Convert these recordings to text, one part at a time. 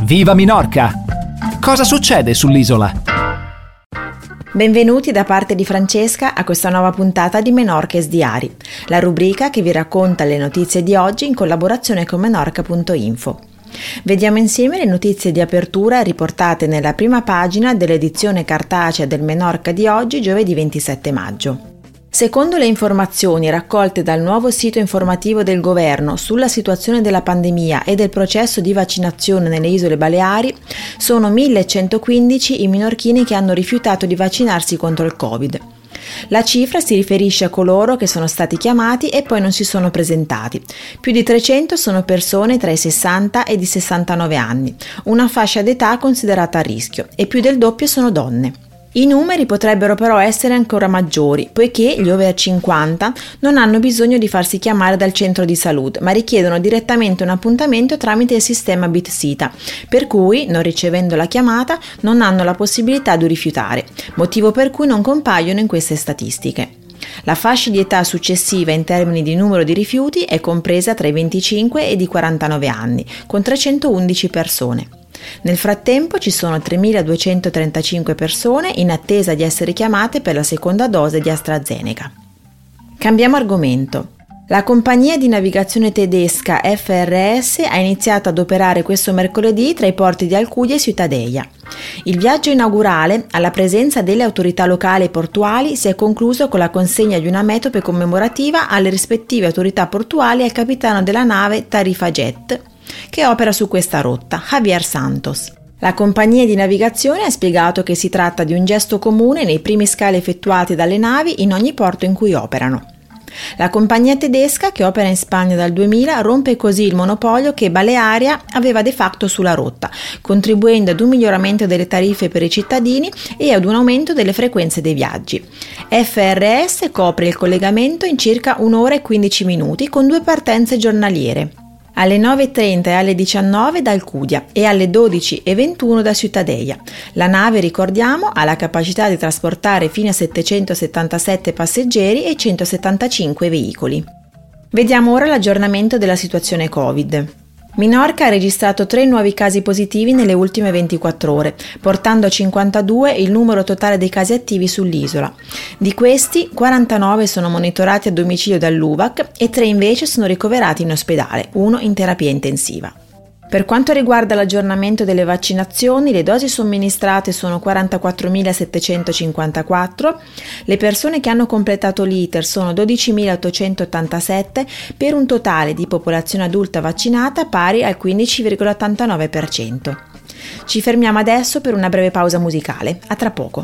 Viva Minorca! Cosa succede sull'isola? Benvenuti da parte di Francesca a questa nuova puntata di Menorca Diari, la rubrica che vi racconta le notizie di oggi in collaborazione con Menorca.info. Vediamo insieme le notizie di apertura riportate nella prima pagina dell'edizione cartacea del Menorca di oggi, giovedì 27 maggio. Secondo le informazioni raccolte dal nuovo sito informativo del governo sulla situazione della pandemia e del processo di vaccinazione nelle isole Baleari, sono 1115 i minorchini che hanno rifiutato di vaccinarsi contro il Covid. La cifra si riferisce a coloro che sono stati chiamati e poi non si sono presentati. Più di 300 sono persone tra i 60 e i 69 anni, una fascia d'età considerata a rischio, e più del doppio sono donne. I numeri potrebbero però essere ancora maggiori, poiché gli over 50 non hanno bisogno di farsi chiamare dal centro di salute, ma richiedono direttamente un appuntamento tramite il sistema BitSita, per cui, non ricevendo la chiamata, non hanno la possibilità di rifiutare, motivo per cui non compaiono in queste statistiche. La fascia di età successiva in termini di numero di rifiuti è compresa tra i 25 e i 49 anni, con 311 persone. Nel frattempo ci sono 3.235 persone in attesa di essere chiamate per la seconda dose di AstraZeneca. Cambiamo argomento. La compagnia di navigazione tedesca FRS ha iniziato ad operare questo mercoledì tra i porti di Alcudia e Ciutadella. Il viaggio inaugurale, alla presenza delle autorità locali e portuali, si è concluso con la consegna di una metope commemorativa alle rispettive autorità portuali e al capitano della nave Tarifa Jet, che opera su questa rotta, Javier Santos. La compagnia di navigazione ha spiegato che si tratta di un gesto comune nei primi scali effettuati dalle navi in ogni porto in cui operano. La compagnia tedesca, che opera in Spagna dal 2000, rompe così il monopolio che Balearia aveva de facto sulla rotta, contribuendo ad un miglioramento delle tariffe per i cittadini e ad un aumento delle frequenze dei viaggi. FRS copre il collegamento in circa 1 ora e 15 minuti con 2 partenze giornaliere, alle 9.30 e alle 19 da Alcudia e alle 12.21 da Ciutadella. La nave, ricordiamo, ha la capacità di trasportare fino a 777 passeggeri e 175 veicoli. Vediamo ora l'aggiornamento della situazione Covid. Minorca ha registrato 3 nuovi casi positivi nelle ultime 24 ore, portando a 52 il numero totale dei casi attivi sull'isola. Di questi, 49 sono monitorati a domicilio dall'UVAC e 3 invece sono ricoverati in ospedale, 1 in terapia intensiva. Per quanto riguarda l'aggiornamento delle vaccinazioni, le dosi somministrate sono 44.754, le persone che hanno completato l'iter sono 12.887 per un totale di popolazione adulta vaccinata pari al 15,89%. Ci fermiamo adesso per una breve pausa musicale. A tra poco.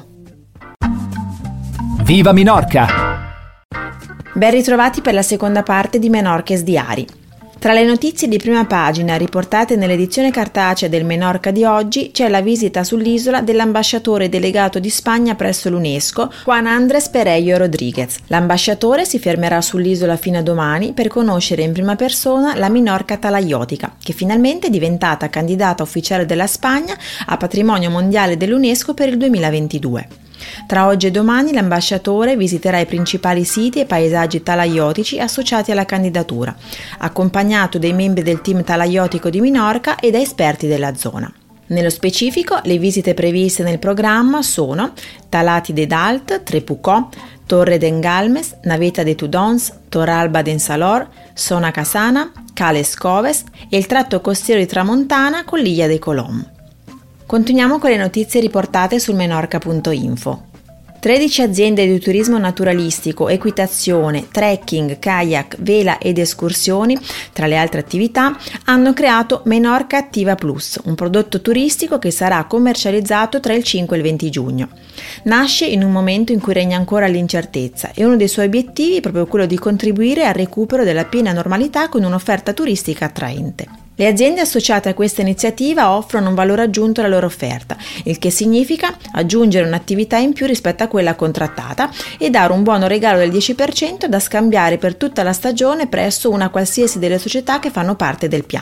Viva Minorca! Ben ritrovati per la seconda parte di Menorca Diari. Tra le notizie di prima pagina riportate nell'edizione cartacea del Menorca di oggi c'è la visita sull'isola dell'ambasciatore delegato di Spagna presso l'UNESCO, Juan Andrés Perello Rodríguez. L'ambasciatore si fermerà sull'isola fino a domani per conoscere in prima persona la Minorca talaiotica, che finalmente è diventata candidata ufficiale della Spagna a patrimonio mondiale dell'UNESCO per il 2022. Tra oggi e domani l'ambasciatore visiterà i principali siti e paesaggi talaiotici associati alla candidatura, accompagnato dai membri del team talaiotico di Minorca e da esperti della zona. Nello specifico, le visite previste nel programma sono Talati de Dalt, Trepucó, Torre d'en Galmes, Naveta de Tudons, Torralba d'en Salor, Sona Casana, Cales Coves e il tratto costiero di Tramontana con l'Illa de Colom. Continuiamo con le notizie riportate sul Menorca.info. 13 aziende di turismo naturalistico, equitazione, trekking, kayak, vela ed escursioni, tra le altre attività, hanno creato Menorca Attiva Plus, un prodotto turistico che sarà commercializzato tra il 5 e il 20 giugno. Nasce in un momento in cui regna ancora l'incertezza e uno dei suoi obiettivi è proprio quello di contribuire al recupero della piena normalità con un'offerta turistica attraente. Le aziende associate a questa iniziativa offrono un valore aggiunto alla loro offerta, il che significa aggiungere un'attività in più rispetto a quella contrattata e dare un buono regalo del 10% da scambiare per tutta la stagione presso una qualsiasi delle società che fanno parte del piano.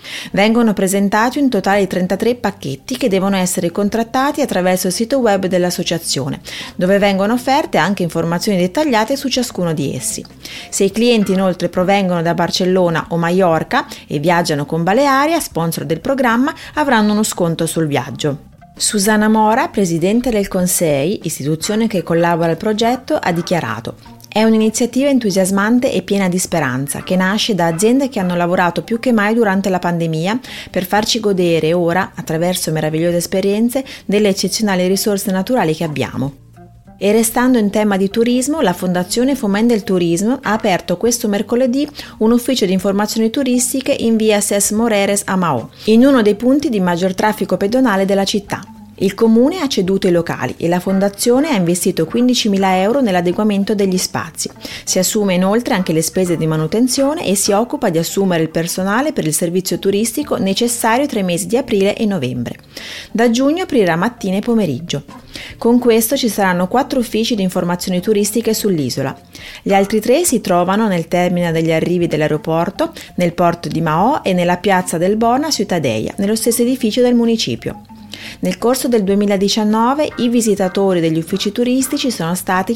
Vengono presentati un totale di 33 pacchetti che devono essere contrattati attraverso il sito web dell'associazione, dove vengono offerte anche informazioni dettagliate su ciascuno di essi. Se i clienti inoltre provengono da Barcellona o Maiorca e viaggiano con Balearia, sponsor del programma, avranno uno sconto sul viaggio. Susana Mora, presidente del Consei, istituzione che collabora al progetto, ha dichiarato: «È un'iniziativa entusiasmante e piena di speranza, che nasce da aziende che hanno lavorato più che mai durante la pandemia per farci godere ora, attraverso meravigliose esperienze, delle eccezionali risorse naturali che abbiamo». E restando in tema di turismo, la Fondazione Foment del Turismo ha aperto questo mercoledì un ufficio di informazioni turistiche in via Ses Moreres a Maó, in uno dei punti di maggior traffico pedonale della città. Il comune ha ceduto i locali e la fondazione ha investito 15.000 euro nell'adeguamento degli spazi. Si assume inoltre anche le spese di manutenzione e si occupa di assumere il personale per il servizio turistico necessario tra i mesi di aprile e novembre. Da giugno aprirà mattina e pomeriggio. Con questo ci saranno 4 uffici di informazioni turistiche sull'isola. Gli altri 3 si trovano nel terminal degli arrivi dell'aeroporto, nel porto di Maó e nella piazza del Bona a Ciutadella, nello stesso edificio del municipio. Nel corso del 2019 i visitatori degli uffici turistici sono stati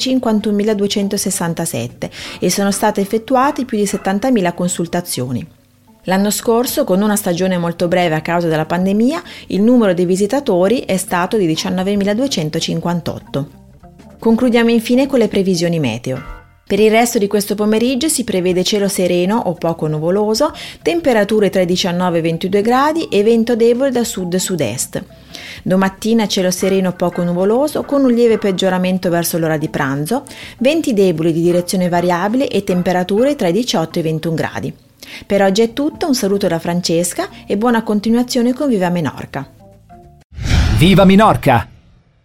51.267 e sono state effettuate più di 70.000 consultazioni. L'anno scorso, con una stagione molto breve a causa della pandemia, il numero dei visitatori è stato di 19.258. Concludiamo infine con le previsioni meteo. Per il resto di questo pomeriggio si prevede cielo sereno o poco nuvoloso, temperature tra i 19 e i 22 gradi e vento debole da sud-sud-est. Domattina cielo sereno poco nuvoloso con un lieve peggioramento verso l'ora di pranzo, venti deboli di direzione variabile e temperature tra i 18 e i 21 gradi. Per oggi è tutto, un saluto da Francesca e buona continuazione con Viva Menorca. Viva Minorca!